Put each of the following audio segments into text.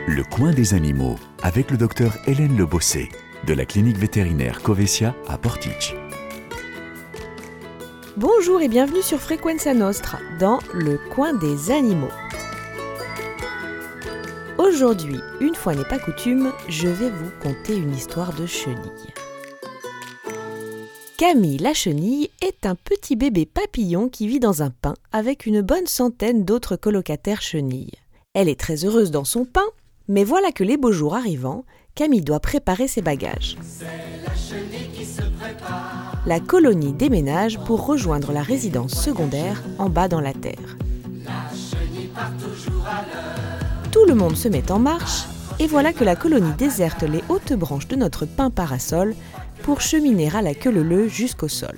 Le coin des animaux avec le docteur Hélène Lebossé de la clinique vétérinaire Covesia à Portici. Bonjour et bienvenue sur Frequenza Nostra dans le coin des animaux. Aujourd'hui, une fois n'est pas coutume, je vais vous conter une histoire de chenille. Camille la chenille est un petit bébé papillon qui vit dans un pin avec une bonne centaine d'autres colocataires chenilles. Elle est très heureuse dans son pin, mais voilà que les beaux jours arrivant, Camille doit préparer ses bagages. C'est la chenille qui se prépare. La colonie déménage pour rejoindre la résidence secondaire en bas dans la terre. La chenille part toujours à l'heure. Tout le monde se met en marche et voilà que la colonie déserte les hautes branches de notre pin parasol pour cheminer à la queue leu-leu jusqu'au sol.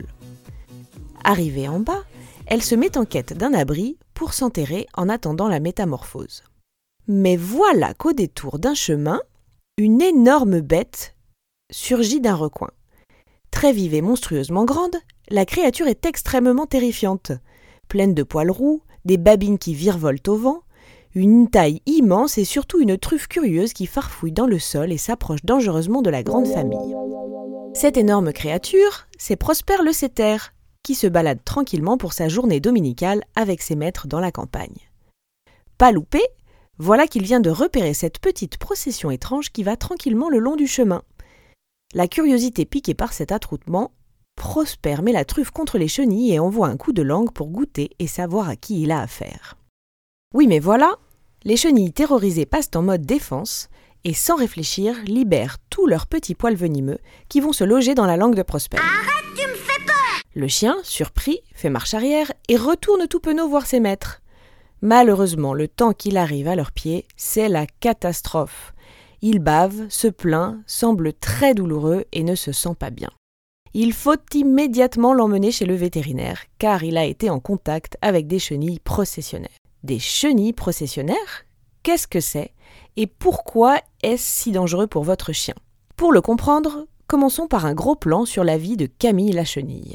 Arrivée en bas, elle se met en quête d'un abri pour s'enterrer en attendant la métamorphose. Mais voilà qu'au détour d'un chemin, une énorme bête surgit d'un recoin. Très vive et monstrueusement grande, la créature est extrêmement terrifiante. Pleine de poils roux, des babines qui virevoltent au vent, une taille immense et surtout une truffe curieuse qui farfouille dans le sol et s'approche dangereusement de la grande famille. Cette énorme créature, c'est Prosper le setter, qui se balade tranquillement pour sa journée dominicale avec ses maîtres dans la campagne. Pas loupé, voilà qu'il vient de repérer cette petite procession étrange qui va tranquillement le long du chemin. La curiosité piquée par cet attroupement, Prosper met la truffe contre les chenilles et envoie un coup de langue pour goûter et savoir à qui il a affaire. Oui, mais voilà, les chenilles terrorisées passent en mode défense et sans réfléchir libèrent tous leurs petits poils venimeux qui vont se loger dans la langue de Prosper. Arrête, tu me fais peur! Le chien, surpris, fait marche arrière et retourne tout penaud voir ses maîtres. Malheureusement, le temps qu'il arrive à leurs pieds, c'est la catastrophe. Il bave, se plaint, semble très douloureux et ne se sent pas bien. Il faut immédiatement l'emmener chez le vétérinaire, car il a été en contact avec des chenilles processionnaires. Des chenilles processionnaires ? Qu'est-ce que c'est ? Et pourquoi est-ce si dangereux pour votre chien ? Pour le comprendre, commençons par un gros plan sur la vie de Camille la chenille.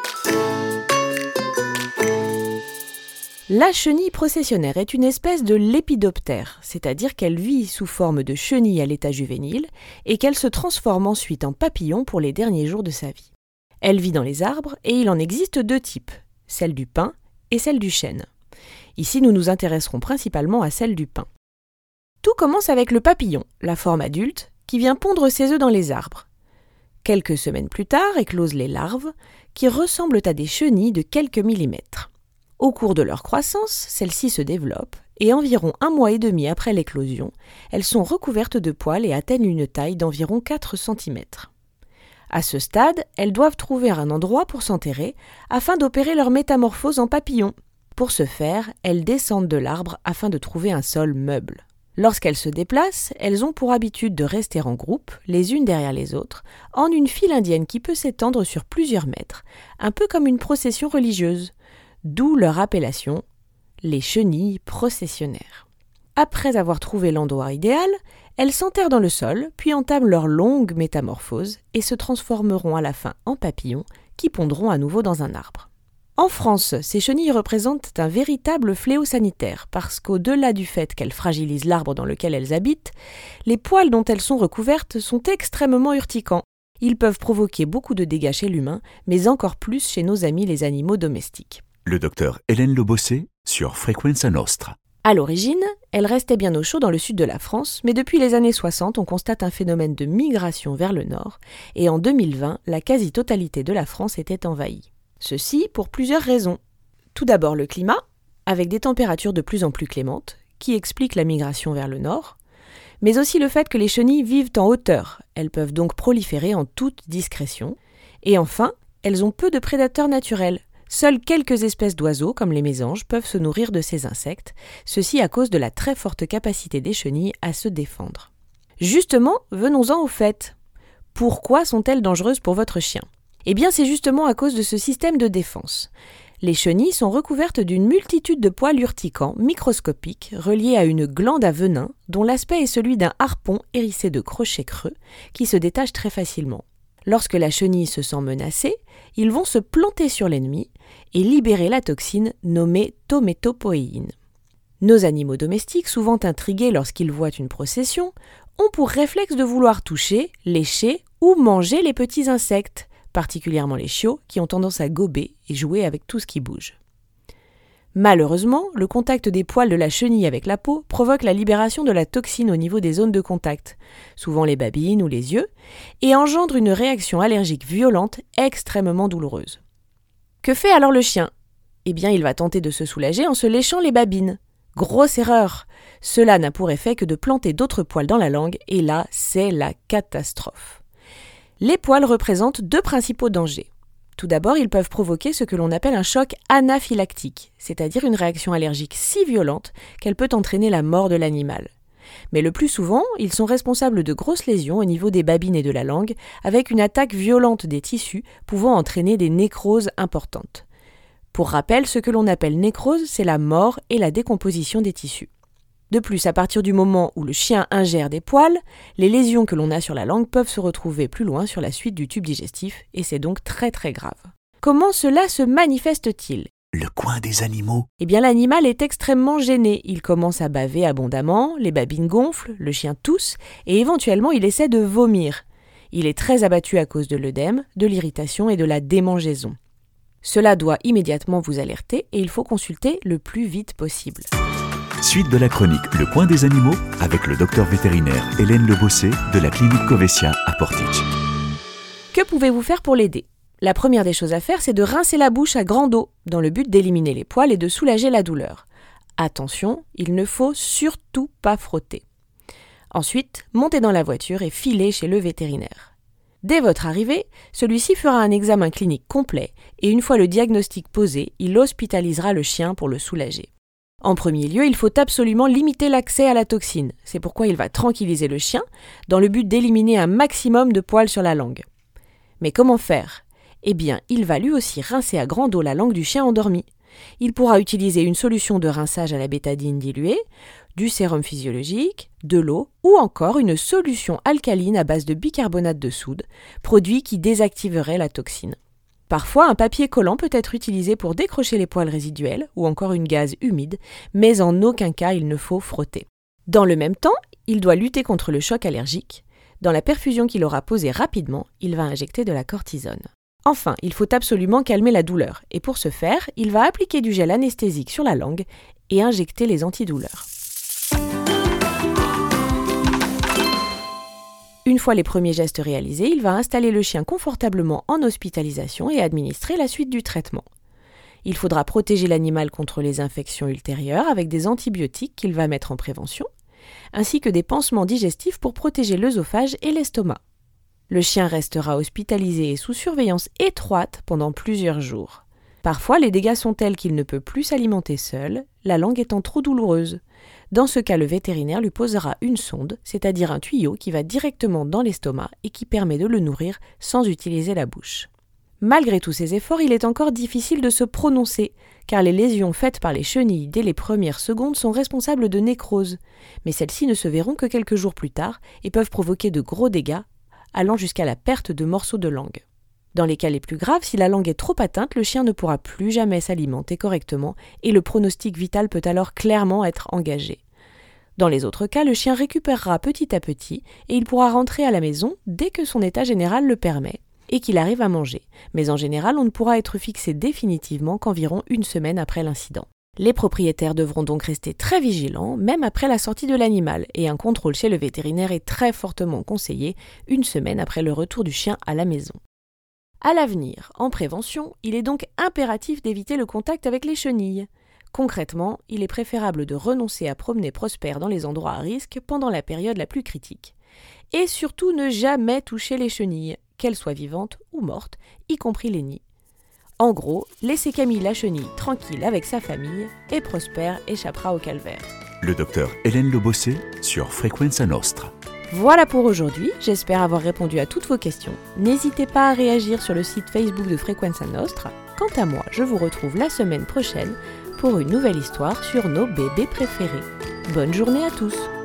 La chenille processionnaire est une espèce de lépidoptère, c'est-à-dire qu'elle vit sous forme de chenille à l'état juvénile et qu'elle se transforme ensuite en papillon pour les derniers jours de sa vie. Elle vit dans les arbres et il en existe deux types, celle du pin et celle du chêne. Ici, nous nous intéresserons principalement à celle du pin. Tout commence avec le papillon, la forme adulte, qui vient pondre ses œufs dans les arbres. Quelques semaines plus tard éclosent les larves, qui ressemblent à des chenilles de quelques millimètres. Au cours de leur croissance, celles-ci se développent et environ 1 mois et demi après l'éclosion, elles sont recouvertes de poils et atteignent une taille d'environ 4 cm. À ce stade, elles doivent trouver un endroit pour s'enterrer afin d'opérer leur métamorphose en papillon. Pour ce faire, elles descendent de l'arbre afin de trouver un sol meuble. Lorsqu'elles se déplacent, elles ont pour habitude de rester en groupe, les unes derrière les autres, en une file indienne qui peut s'étendre sur plusieurs mètres, un peu comme une procession religieuse. D'où leur appellation, les chenilles processionnaires. Après avoir trouvé l'endroit idéal, elles s'enterrent dans le sol, puis entament leur longue métamorphose et se transformeront à la fin en papillons qui pondront à nouveau dans un arbre. En France, ces chenilles représentent un véritable fléau sanitaire parce qu'au-delà du fait qu'elles fragilisent l'arbre dans lequel elles habitent, les poils dont elles sont recouvertes sont extrêmement urticants. Ils peuvent provoquer beaucoup de dégâts chez l'humain, mais encore plus chez nos amis les animaux domestiques. Le docteur Hélène Lebossé sur Frequenza Nostra. À l'origine, elle restait bien au chaud dans le sud de la France, mais depuis les années 60, on constate un phénomène de migration vers le nord, et en 2020, la quasi-totalité de la France était envahie. Ceci pour plusieurs raisons. Tout d'abord le climat, avec des températures de plus en plus clémentes, qui explique la migration vers le nord, mais aussi le fait que les chenilles vivent en hauteur, elles peuvent donc proliférer en toute discrétion, et enfin, elles ont peu de prédateurs naturels. Seules quelques espèces d'oiseaux, comme les mésanges, peuvent se nourrir de ces insectes, ceci à cause de la très forte capacité des chenilles à se défendre. Justement, venons-en au fait. Pourquoi sont-elles dangereuses pour votre chien ? Eh bien, c'est justement à cause de ce système de défense. Les chenilles sont recouvertes d'une multitude de poils urticants microscopiques reliés à une glande à venin dont l'aspect est celui d'un harpon hérissé de crochets creux qui se détache très facilement. Lorsque la chenille se sent menacée, ils vont se planter sur l'ennemi et libérer la toxine nommée tométopoïine. Nos animaux domestiques, souvent intrigués lorsqu'ils voient une procession, ont pour réflexe de vouloir toucher, lécher ou manger les petits insectes, particulièrement les chiots qui ont tendance à gober et jouer avec tout ce qui bouge. Malheureusement, le contact des poils de la chenille avec la peau provoque la libération de la toxine au niveau des zones de contact, souvent les babines ou les yeux, et engendre une réaction allergique violente extrêmement douloureuse. Que fait alors le chien ? Eh bien, il va tenter de se soulager en se léchant les babines. Grosse erreur ! Cela n'a pour effet que de planter d'autres poils dans la langue, et là, c'est la catastrophe. Les poils représentent 2 principaux dangers. Tout d'abord, ils peuvent provoquer ce que l'on appelle un choc anaphylactique, c'est-à-dire une réaction allergique si violente qu'elle peut entraîner la mort de l'animal. Mais le plus souvent, ils sont responsables de grosses lésions au niveau des babines et de la langue, avec une attaque violente des tissus pouvant entraîner des nécroses importantes. Pour rappel, ce que l'on appelle nécrose, c'est la mort et la décomposition des tissus. De plus, à partir du moment où le chien ingère des poils, les lésions que l'on a sur la langue peuvent se retrouver plus loin sur la suite du tube digestif, et c'est donc très très grave. Comment cela se manifeste-t-il ? Le coin des animaux. Eh bien, l'animal est extrêmement gêné. Il commence à baver abondamment, les babines gonflent, le chien tousse, et éventuellement il essaie de vomir. Il est très abattu à cause de l'œdème, de l'irritation et de la démangeaison. Cela doit immédiatement vous alerter et il faut consulter le plus vite possible. Suite de la chronique Le coin des animaux avec le docteur vétérinaire Hélène Lebossé de la clinique Covesia à Portich. Que pouvez-vous faire pour l'aider ? La première des choses à faire, c'est de rincer la bouche à grande eau dans le but d'éliminer les poils et de soulager la douleur. Attention, il ne faut surtout pas frotter. Ensuite, montez dans la voiture et filez chez le vétérinaire. Dès votre arrivée, celui-ci fera un examen clinique complet et une fois le diagnostic posé, il hospitalisera le chien pour le soulager. En premier lieu, il faut absolument limiter l'accès à la toxine. C'est pourquoi il va tranquilliser le chien dans le but d'éliminer un maximum de poils sur la langue. Mais comment faire ? Eh bien, il va lui aussi rincer à grande eau la langue du chien endormi. Il pourra utiliser une solution de rinçage à la bétadine diluée, du sérum physiologique, de l'eau ou encore une solution alcaline à base de bicarbonate de soude, produit qui désactiverait la toxine. Parfois, un papier collant peut être utilisé pour décrocher les poils résiduels ou encore une gaze humide, mais en aucun cas il ne faut frotter. Dans le même temps, il doit lutter contre le choc allergique. Dans la perfusion qu'il aura posée rapidement, il va injecter de la cortisone. Enfin, il faut absolument calmer la douleur et pour ce faire, il va appliquer du gel anesthésique sur la langue et injecter les antidouleurs. Une fois les premiers gestes réalisés, il va installer le chien confortablement en hospitalisation et administrer la suite du traitement. Il faudra protéger l'animal contre les infections ultérieures avec des antibiotiques qu'il va mettre en prévention, ainsi que des pansements digestifs pour protéger l'œsophage et l'estomac. Le chien restera hospitalisé et sous surveillance étroite pendant plusieurs jours. Parfois, les dégâts sont tels qu'il ne peut plus s'alimenter seul, la langue étant trop douloureuse. Dans ce cas, le vétérinaire lui posera une sonde, c'est-à-dire un tuyau qui va directement dans l'estomac et qui permet de le nourrir sans utiliser la bouche. Malgré tous ces efforts, il est encore difficile de se prononcer, car les lésions faites par les chenilles dès les premières secondes sont responsables de nécrose, mais celles-ci ne se verront que quelques jours plus tard et peuvent provoquer de gros dégâts, allant jusqu'à la perte de morceaux de langue. Dans les cas les plus graves, si la langue est trop atteinte, le chien ne pourra plus jamais s'alimenter correctement et le pronostic vital peut alors clairement être engagé. Dans les autres cas, le chien récupérera petit à petit et il pourra rentrer à la maison dès que son état général le permet et qu'il arrive à manger. Mais en général, on ne pourra être fixé définitivement qu'environ 1 semaine après l'incident. Les propriétaires devront donc rester très vigilants, même après la sortie de l'animal, et un contrôle chez le vétérinaire est très fortement conseillé 1 semaine après le retour du chien à la maison. À l'avenir, en prévention, il est donc impératif d'éviter le contact avec les chenilles. Concrètement, il est préférable de renoncer à promener Prosper dans les endroits à risque pendant la période la plus critique. Et surtout ne jamais toucher les chenilles, qu'elles soient vivantes ou mortes, y compris les nids. En gros, laissez Camille la chenille tranquille avec sa famille et Prosper échappera au calvaire. Le docteur Hélène Lebossé sur Frequenza Nostra. Voilà pour aujourd'hui, j'espère avoir répondu à toutes vos questions. N'hésitez pas à réagir sur le site Facebook de Frequenza Nostra. Quant à moi, je vous retrouve la semaine prochaine pour une nouvelle histoire sur nos bébés préférés. Bonne journée à tous!